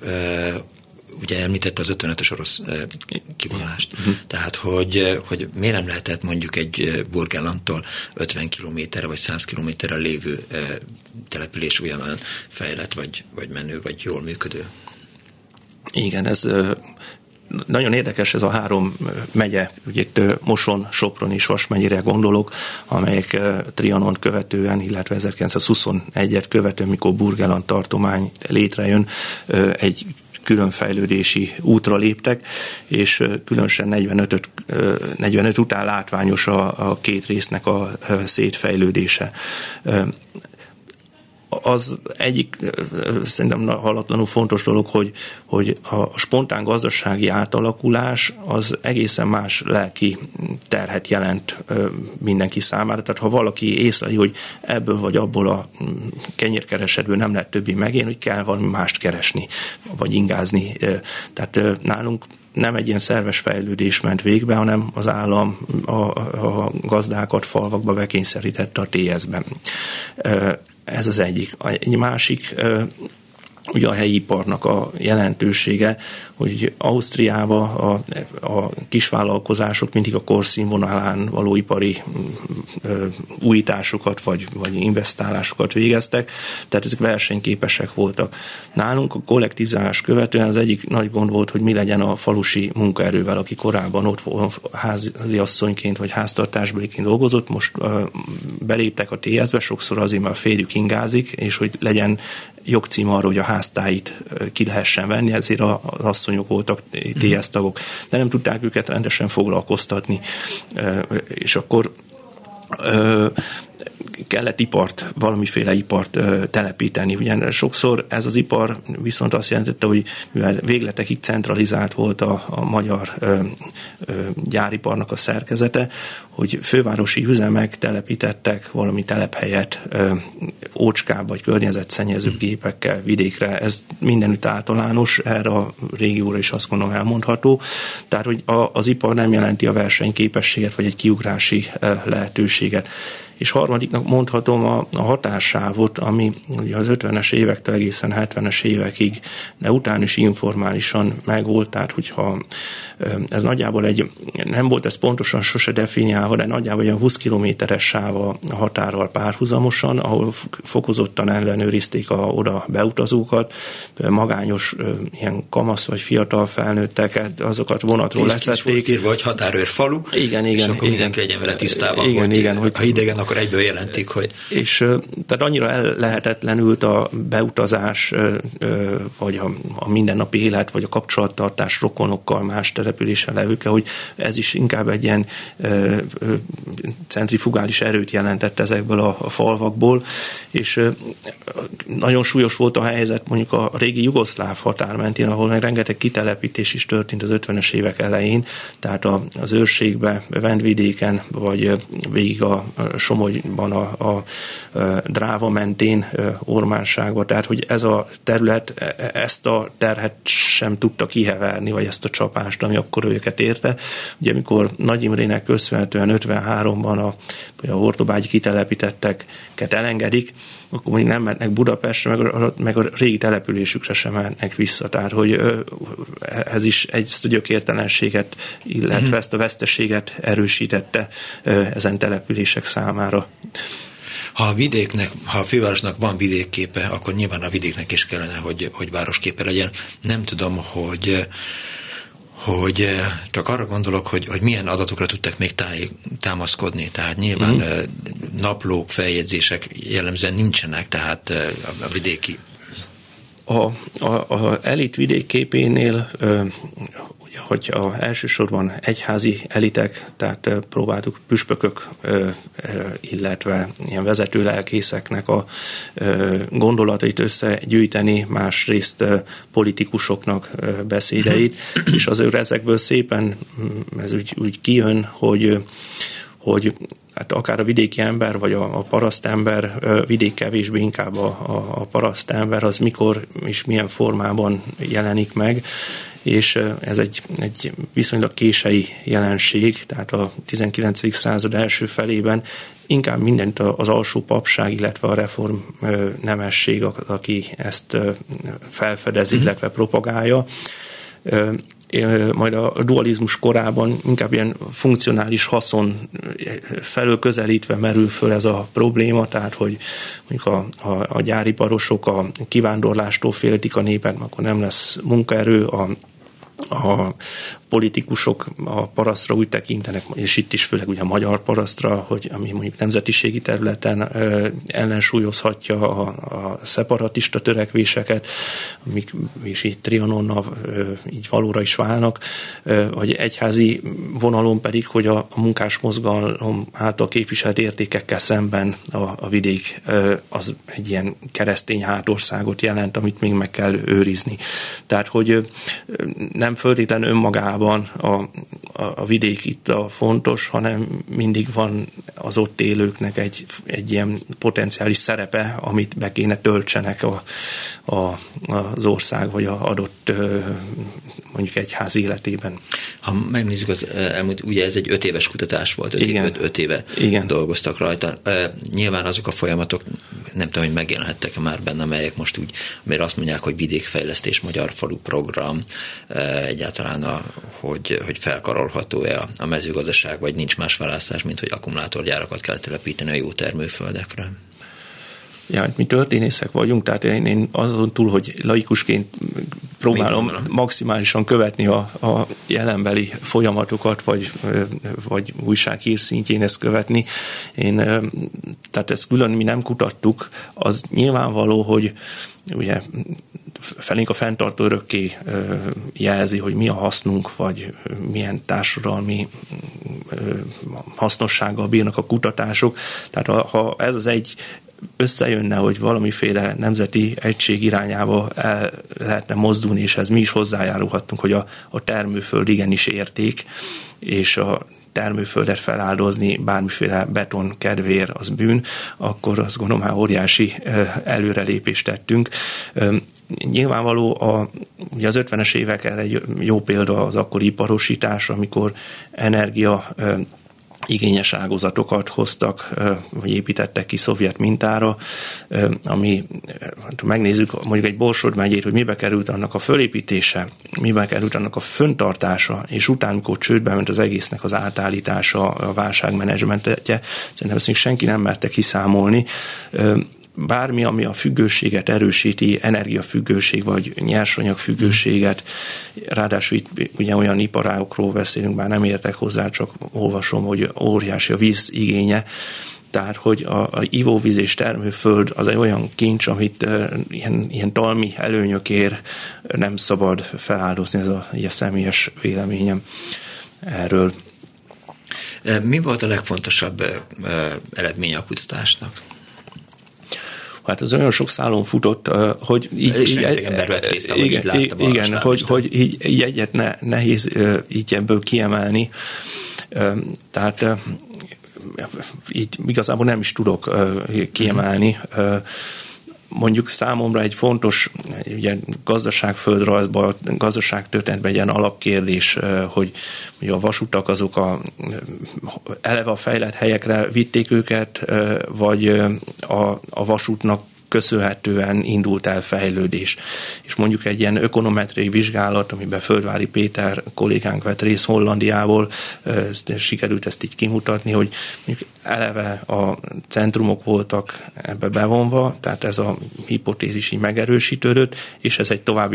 ugye említette az 55-ös orosz kivonulást. Tehát, hogy miért nem lehetett mondjuk egy Burgenlandtól 50 kilométerre vagy 100 kilométerre lévő település ugyanolyan fejlett, vagy menő, vagy jól működő? Igen, ez nagyon érdekes ez a 3 megye, ugye itt Moson, Sopron és Vas megyére gondolok, amelyek Trianont követően, illetve 1921-et követően, mikor Burgenland tartomány létrejön, egy külön fejlődési útra léptek, és különösen 45 után látványos a két résznek a szétfejlődése. Az egyik szerintem hallatlanul fontos dolog, hogy a spontán gazdasági átalakulás az egészen más lelki terhet jelent mindenki számára. Tehát ha valaki észleli, hogy ebből vagy abból a kenyérkeresetből nem lehet többé megélni, hogy kell valami mást keresni, vagy ingázni. Tehát nálunk nem egy ilyen szerves fejlődés ment végbe, hanem az állam a gazdákat falvakba bekényszerítette a TS-ben. Ez az egyik. Egy másik, ugye a helyi iparnak a jelentősége, hogy Ausztriában a kisvállalkozások mindig a korszínvonalán való ipari újításokat vagy investálásokat végeztek, tehát ezek versenyképesek voltak. Nálunk a kollektivizálás követően az egyik nagy gond volt, hogy mi legyen a falusi munkaerővel, aki korábban ott háziasszonyként vagy háztartásbeliként dolgozott, most beléptek a TS-be, sokszor azért, mert a férjük ingázik, és hogy legyen jogcím arra, hogy a háztáit ki lehessen venni, ezért az asszonyok voltak TS tagok, de nem tudták őket rendesen foglalkoztatni, és akkor kellett valamiféle ipart telepíteni. Ugyan sokszor ez az ipar viszont azt jelentette, hogy mivel végletekig centralizált volt a magyar gyáriparnak a szerkezete, hogy fővárosi üzemek telepítettek valami telephelyet ócskább vagy környezetszennyező gépekkel vidékre. Ez mindenütt általános, erre a régióra is azt gondolom elmondható. Tehát, hogy az ipar nem jelenti a versenyképességet vagy egy kiugrási lehetőséget. És harmadiknak mondhatom a hatássávot, ami ugye az 50-es évektől egészen 70-es évekig, de után is informálisan megvolt, tehát hogyha ez nagyjából nem volt ez pontosan sose definiálva, de nagyjából egy 20 kilométeres sáv a határral párhuzamosan, ahol fokozottan ellenőrizték oda beutazókat, magányos ilyen kamasz vagy fiatal felnőtteket, azokat vonatról leszették. Írva, hogy határőr falu, igen, és akkor mindenki legyen vele tisztában, hogy ha idegen, akkor egyből jelentik, hogy... És tehát annyira ellehetetlenült a beutazás, vagy a mindennapi élet, vagy a kapcsolattartás rokonokkal, más településen levőkkel, hogy ez is inkább egy ilyen centrifugális erőt jelentett ezekből a falvakból, és nagyon súlyos volt a helyzet mondjuk a régi jugoszláv határ mentén, ahol meg rengeteg kitelepítés is történt az 50-es évek elején, tehát az őrségbe, Vendvidéken, vagy végig a Somogyban, a Dráva mentén, Ormánságban, tehát hogy ez a terület ezt a terhet sem tudta kiheverni, vagy ezt a csapást, ami akkor őket érte. Ugye amikor Nagy Imrének köszönhetően 53-ban a hortobágyi kitelepítetteket elengedik, akkor mondjuk nem mennek Budapestre, meg a régi településükre sem mennek vissza. Tehát, hogy ez is ezt a gyökértelenséget, illetve ezt a veszteséget erősítette ezen települések számára. Ha a fővárosnak van vidékképe, akkor nyilván a vidéknek is kellene, hogy városképe legyen. Nem tudom, hogy csak arra gondolok, hogy milyen adatokra tudtak még támaszkodni. Tehát nyilván naplók, feljegyzések jellemzően nincsenek, tehát a vidéki... A elit vidékképénél, hogy elsősorban egyházi elitek, tehát próbáltuk püspökök, illetve ilyen vezető lelkészeknek a gondolatait összegyűjteni, másrészt politikusoknak beszédeit, és azért ezekből szépen ez úgy kijön, hogy hát akár a vidéki ember, vagy a parasztember, vidék kevésbé inkább a parasztember, az mikor és milyen formában jelenik meg, és ez egy viszonylag kései jelenség, tehát a 19. század első felében inkább mindent az alsó papság, illetve a reform nemesség, aki ezt felfedezi, illetve propagálja. Majd a dualizmus korában inkább ilyen funkcionális haszon felől közelítve merül föl ez a probléma, tehát hogy mondjuk a gyáriparosok a kivándorlástól féltik a népet, akkor nem lesz munkaerő, a politikusok a parasztra úgy tekintenek, és itt is főleg ugye a magyar parasztra, hogy ami mondjuk nemzetiségi területen ellensúlyozhatja a szeparatista törekvéseket, amik és így Trianonnal így valóra is válnak, vagy egyházi vonalon pedig, hogy a munkásmozgalom által képviselt értékekkel szemben a vidék az egy ilyen keresztény hátországot jelent, amit még meg kell őrizni. Tehát, hogy nem föltétlenül önmagában a vidék itt a fontos, hanem mindig van az ott élőknek egy ilyen potenciális szerepe, amit be kéne töltsenek az ország vagy az adott mondjuk egyház életében. Ha megnézzük az elmúlt, ugye ez egy 5 éves kutatás volt, 5 éve Igen. dolgoztak rajta. Nyilván azok a folyamatok, nem tudom, hogy megjelenhettek már benne, amelyek most úgy, mert azt mondják, hogy vidékfejlesztés, magyar falu program, egyáltalán, hogy felkarolható-e a mezőgazdaság, vagy nincs más választás, mint hogy akkumulátorgyárakat kell telepíteni a jó termőföldekre. Ja, mi történészek vagyunk, tehát én azon túl, hogy laikusként próbálom maximálisan követni a jelenbeli folyamatokat, vagy újsághír szintjén ezt követni. Tehát ezt külön mi nem kutattuk, az nyilvánvaló, hogy ugye felénk a fenntartó örökké jelzi, hogy mi a hasznunk, vagy milyen társadalmi hasznossággal bírnak a kutatások. Tehát ha ez az egy összejönne, hogy valamiféle nemzeti egység irányába el lehetne mozdulni, és ez mi is hozzájárulhattunk, hogy a termőföld igenis érték, és a termőföldet feláldozni bármiféle beton kedvéért az bűn, akkor azt gondolom, hogy óriási előrelépést tettünk. Nyilvánvaló, ugye az 50-es évek erre egy jó példa az akkori iparosítás, amikor energia igényes ágazatokat hoztak, vagy építettek ki szovjet mintára, ami, hát megnézzük mondjuk egy Borsod megyét, hogy mibe került annak a fölépítése, mibe került annak a föntartása, és utána, amikor csődbe ment az egésznek az átállítása, a válságmenedzsmentje, szerintem ezt még senki nem merte kiszámolni. Bármi, ami a függőséget erősíti, energiafüggőség vagy nyersanyagfüggőséget, ráadásul itt ugye olyan iparágokról beszélünk, bár nem értek hozzá, csak olvasom, hogy óriási a víz igénye, tehát, hogy a ivóvíz és termőföld az egy olyan kincs, amit ilyen talmi előnyökért nem szabad feláldozni, ez a személyes véleményem erről. Mi volt a legfontosabb eredménye a kutatásnak? Hát az olyan sok szálon futott, hogy hogy így egyet nehéz így ebből kiemelni. Tehát így igazából nem is tudok kiemelni. Mondjuk számomra egy fontos ugye, gazdaságföldrajzban, gazdaságtörténetben egy ilyen alapkérdés, hogy a vasutak azok eleve a fejlett helyekre vitték őket, vagy a vasútnak köszönhetően indult el fejlődés. És mondjuk egy ilyen ökonometriai vizsgálat, amiben Földvári Péter kollégánk vett részt Hollandiából, sikerült ezt így kimutatni, hogy mondjuk eleve a centrumok voltak ebbe bevonva, tehát ez a hipotézis így megerősítődött, és ez egy további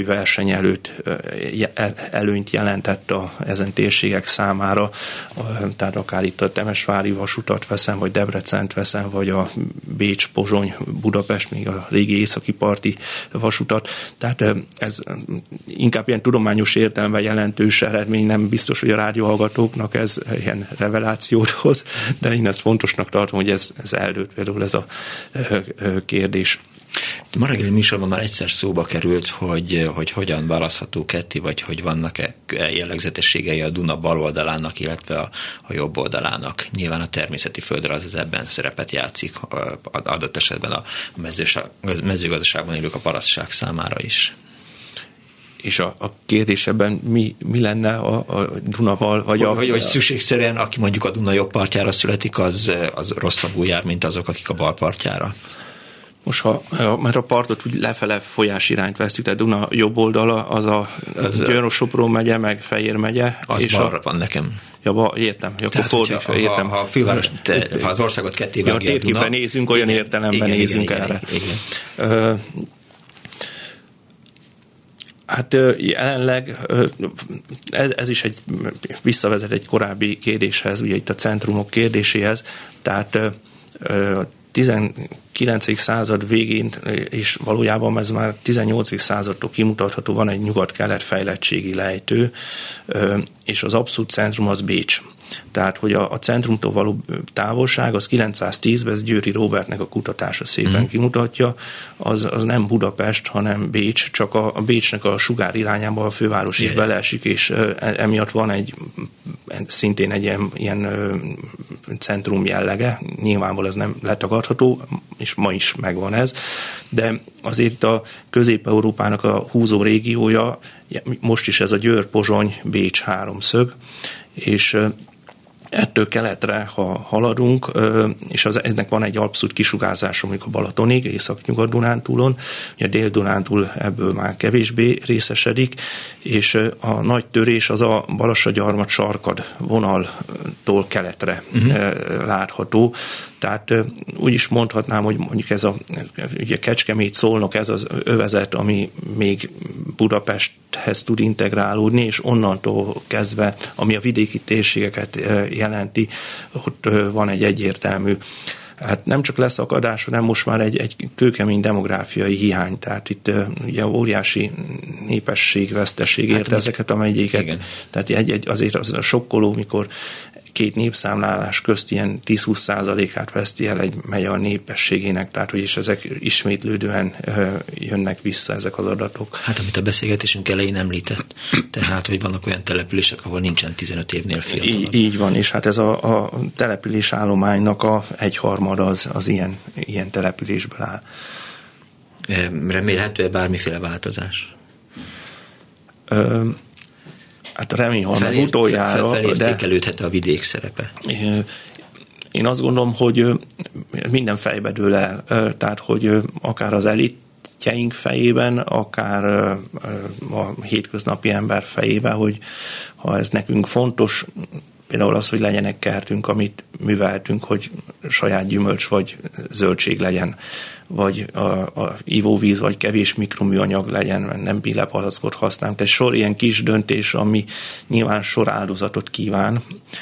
versenyelőnyt jelentett ezen térségek számára, tehát akár itt a Temesvári vasutat veszem, vagy Debrecent veszem, vagy a Bécs, Pozsony, Budapest, még a régi északi parti vasutat. Tehát ez inkább ilyen tudományos értelemben jelentős eredmény, nem biztos, hogy a rádióhallgatóknak ez ilyen revelációt hoz, de én ezt fontosnak tartom, hogy ez eldőlt például ez a kérdés. Ma reggeli műsorban már egyszer szóba került, hogy hogyan választható ketté, vagy hogy vannak-e jellegzetességei a Duna bal oldalának, illetve a jobb oldalának. Nyilván a természeti földrajz az ebben szerepet játszik, adott esetben a mezőgazdaságban élők a parasztság számára is. És a kérdés ebben mi lenne a Dunaval? Vagy szükségszerűen, aki mondjuk a Duna jobb partjára születik, az rosszabbul jár, mint azok, akik a bal partjára? Most mert a partot úgy lefele folyás irányt veszük, tehát Duna jobb oldala, az Győr-Sopron megye, meg Fejér megye. Az és balra van nekem. Ja, értem. Tehát, értem. Ha az országot ketté vágja a Duna. Térképen nézünk, olyan értelemben nézünk erre. Igen. Hát jelenleg ez is visszavezet egy korábbi kérdéshez, ugye itt a centrumok kérdéséhez, tehát 19. század végén, és valójában ez már 18. századtól kimutatható, van egy nyugat-kelet fejlettségi lejtő, és az abszolút centrum az Bécs. Tehát, hogy a centrumtól való távolság, az 910-ben, ez Győri Róbertnek a kutatása szépen kimutatja, az nem Budapest, hanem Bécs, csak a Bécsnek a sugár irányába a főváros is beleesik, és emiatt van szintén egy ilyen centrum jellege, nyilvánvalóan ez nem letagadható, és ma is megvan ez, de azért a Közép-Európának a húzó régiója, most is ez a Győr-Pozsony-Bécs háromszög, és ettől keletre, ha haladunk, és ennek van egy abszolút kisugárzása, mondjuk a Balatonig, Észak-Nyugat-Dunántúlon, ugye Dél-Dunántúl ebből már kevésbé részesedik, és a nagy törés az a Balassagyarmat-Sarkad vonaltól keletre látható. Tehát úgy is mondhatnám, hogy mondjuk ez ugye Kecskemét-Szolnok, ez az övezet, ami még Budapesthez tud integrálódni, és onnantól kezdve, ami a vidéki térségeket jelenti, ott van egy egyértelmű, hát nem csak leszakadás, hanem most már egy kőkemény demográfiai hiány. Tehát itt ugye óriási népességveszteség érte ezeket a megyéket. Igen. Tehát azért az sokkoló, mikor két népszámlálás közt ilyen 10-20%-át veszti el egy megye a népességének, tehát hogy is ezek ismétlődően jönnek vissza ezek az adatok. Hát amit a beszélgetésünk elején említett, tehát hogy vannak olyan települések, ahol nincsen 15 évnél fiatalabb. Így van, és hát ez a település állománynak a egyharmada az ilyen településből áll. Remélhető-e bármiféle változás? Hát remélem, meg utoljára. Felértékelődhet a vidék szerepe? Én azt gondolom, hogy minden fejbe dől el. Tehát, hogy akár az elitjeink fejében, akár a hétköznapi ember fejében, hogy ha ez nekünk fontos, például az, hogy legyenek kertünk, amit műveltünk, hogy saját gyümölcs vagy zöldség legyen, vagy a ivóvíz, vagy kevés mikroműanyag legyen, nem billepalackot használunk. Tehát sor ilyen kis döntés, ami nyilván sor áldozatot kíván,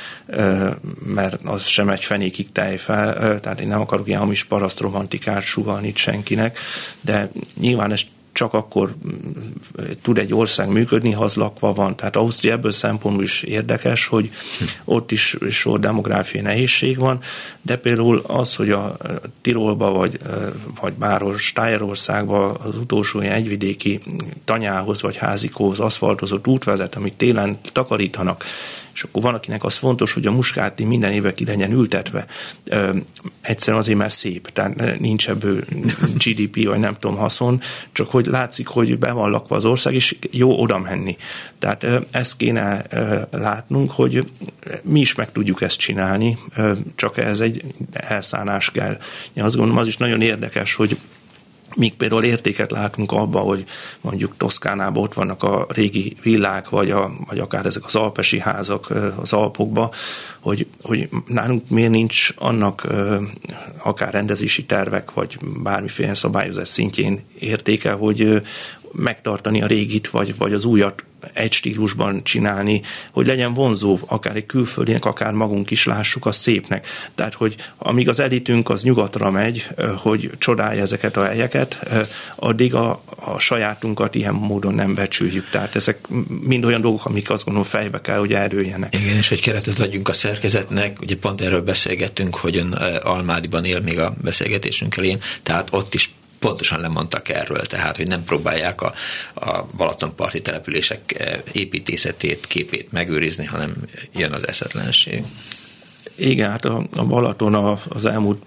mert az sem egy fenékig tejfel, tehát én nem akarok ilyen hamis parasztromantikát sugallni itt senkinek, de nyilván ez csak akkor tud egy ország működni, ha az lakva van. Tehát Ausztria ebből szempontból is érdekes, hogy ott is sor demográfiai nehézség van, de például az, hogy a Tirolba vagy bárhol Stájerországba az utolsó ilyen egyvidéki tanyához vagy házikóhoz aszfaltozott út vezet, amit télen takarítanak, és akkor van, akinek az fontos, hogy a muskáti minden évek ki legyen ültetve. Egyszerűen azért, mert szép, tehát nincs ebből GDP, vagy nem tudom, haszon, csak hogy látszik, hogy be van lakva az ország, és jó oda menni. Tehát ezt kéne látnunk, hogy mi is meg tudjuk ezt csinálni, csak ez egy elszánás kell. Én azt gondolom, az is nagyon érdekes, hogy míg például értéket látunk abban, hogy mondjuk Toszkánában ott vannak a régi villák, vagy akár ezek az alpesi házak az Alpokban, hogy nálunk miért nincs annak akár rendezési tervek, vagy bármiféle szabályozás szintjén értéke, hogy megtartani a régit, vagy az újat egy stílusban csinálni, hogy legyen vonzó, akár egy külföldinek, akár magunk is lássuk azt szépnek. Tehát, hogy amíg az elitünk az nyugatra megy, hogy csodálja ezeket a helyeket, addig a sajátunkat ilyen módon nem becsüljük. Tehát ezek mind olyan dolgok, amik azt gondolom fejbe kell, hogy erőljenek. Igen, és hogy keretet adjunk a szerkezetnek, ugye pont erről beszélgettünk, hogy ön Almádiban él még a beszélgetésünk elején, tehát ott is pontosan lemondtak erről, tehát, hogy nem próbálják a balatonparti települések építészetét, képét megőrizni, hanem jön az eszetlenség. Igen, hát a Balaton az elmúlt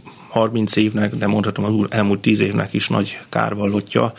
30 évnek, de mondhatom az elmúlt 10 évnek is nagy kárvallottja.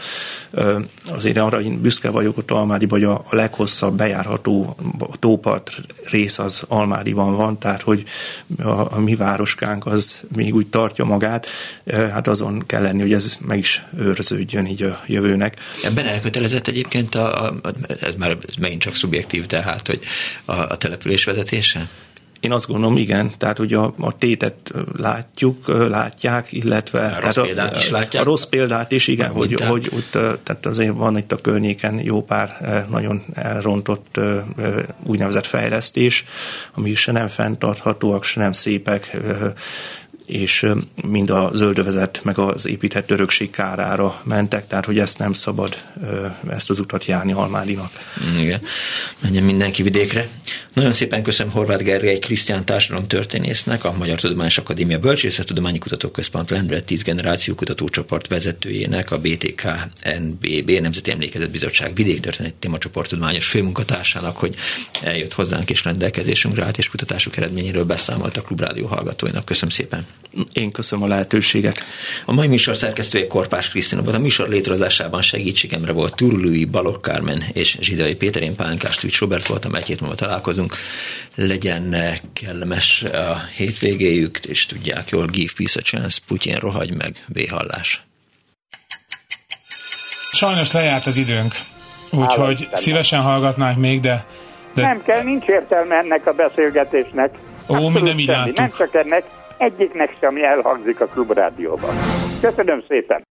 Azért arra én büszke vagyok, hogy Almádiban, hogy a leghosszabb bejárható tópart rész az Almádiban van, tehát hogy a mi városkánk az még úgy tartja magát, hát azon kell lenni, hogy ez meg is őrződjön így a jövőnek. Ebben elkötelezett egyébként ez megint csak szubjektív, tehát, hogy a település vezetése? Én azt gondolom, igen, tehát ugye a tétet látják, illetve a rossz példát is látják. A rossz példát is, igen, hogy tehát azért van itt a környéken jó pár nagyon elrontott úgynevezett fejlesztés, ami se nem fenntarthatóak, se nem szépek, és mind a zöldövezet, meg az épített örökség kárára mentek, tehát hogy ezt nem szabad, ezt az utat járni Almádinak. Igen, menjen mindenki vidékre. Nagyon szépen köszönöm Horváth Gergely Krisztián társadalomtörténésznek, a Magyar Tudományos Akadémia Bölcsészettudományi Kutatóközpont Lendület 10 generáció kutatócsoport vezetőjének, a BTK NBB Nemzeti Emlékezet Bizottság vidéktörténeti témacsoport tudományos főmunkatársának, hogy eljött hozzánk és rendelkezésünkre állt, és kutatásuk eredményéről beszámolt a Klubrádió hallgatóinak. Köszönöm szépen. Én köszönöm a lehetőséget. A mai műsor szerkesztője Korpás Krisztina volt. A műsor létrehozásában segítségemre volt Turlui, Balogh Kármen és Zsidai Péter. Én Pálinkás Szűcs Robert voltam, egy hét múlva találkozunk. Legyen kellemes a hétvégéjük, és tudják jól, give peace a chance, Putyin rohagy meg, véhallás. Sajnos lejárt az időnk, úgyhogy szívesen hallgatnánk még, de... Nem kell, nincs értelme ennek a beszélgetésnek. Ó, mi nem így láttuk. Nem csak ennek, egyiknek sem elhangzik a Klubrádióban. Köszönöm szépen!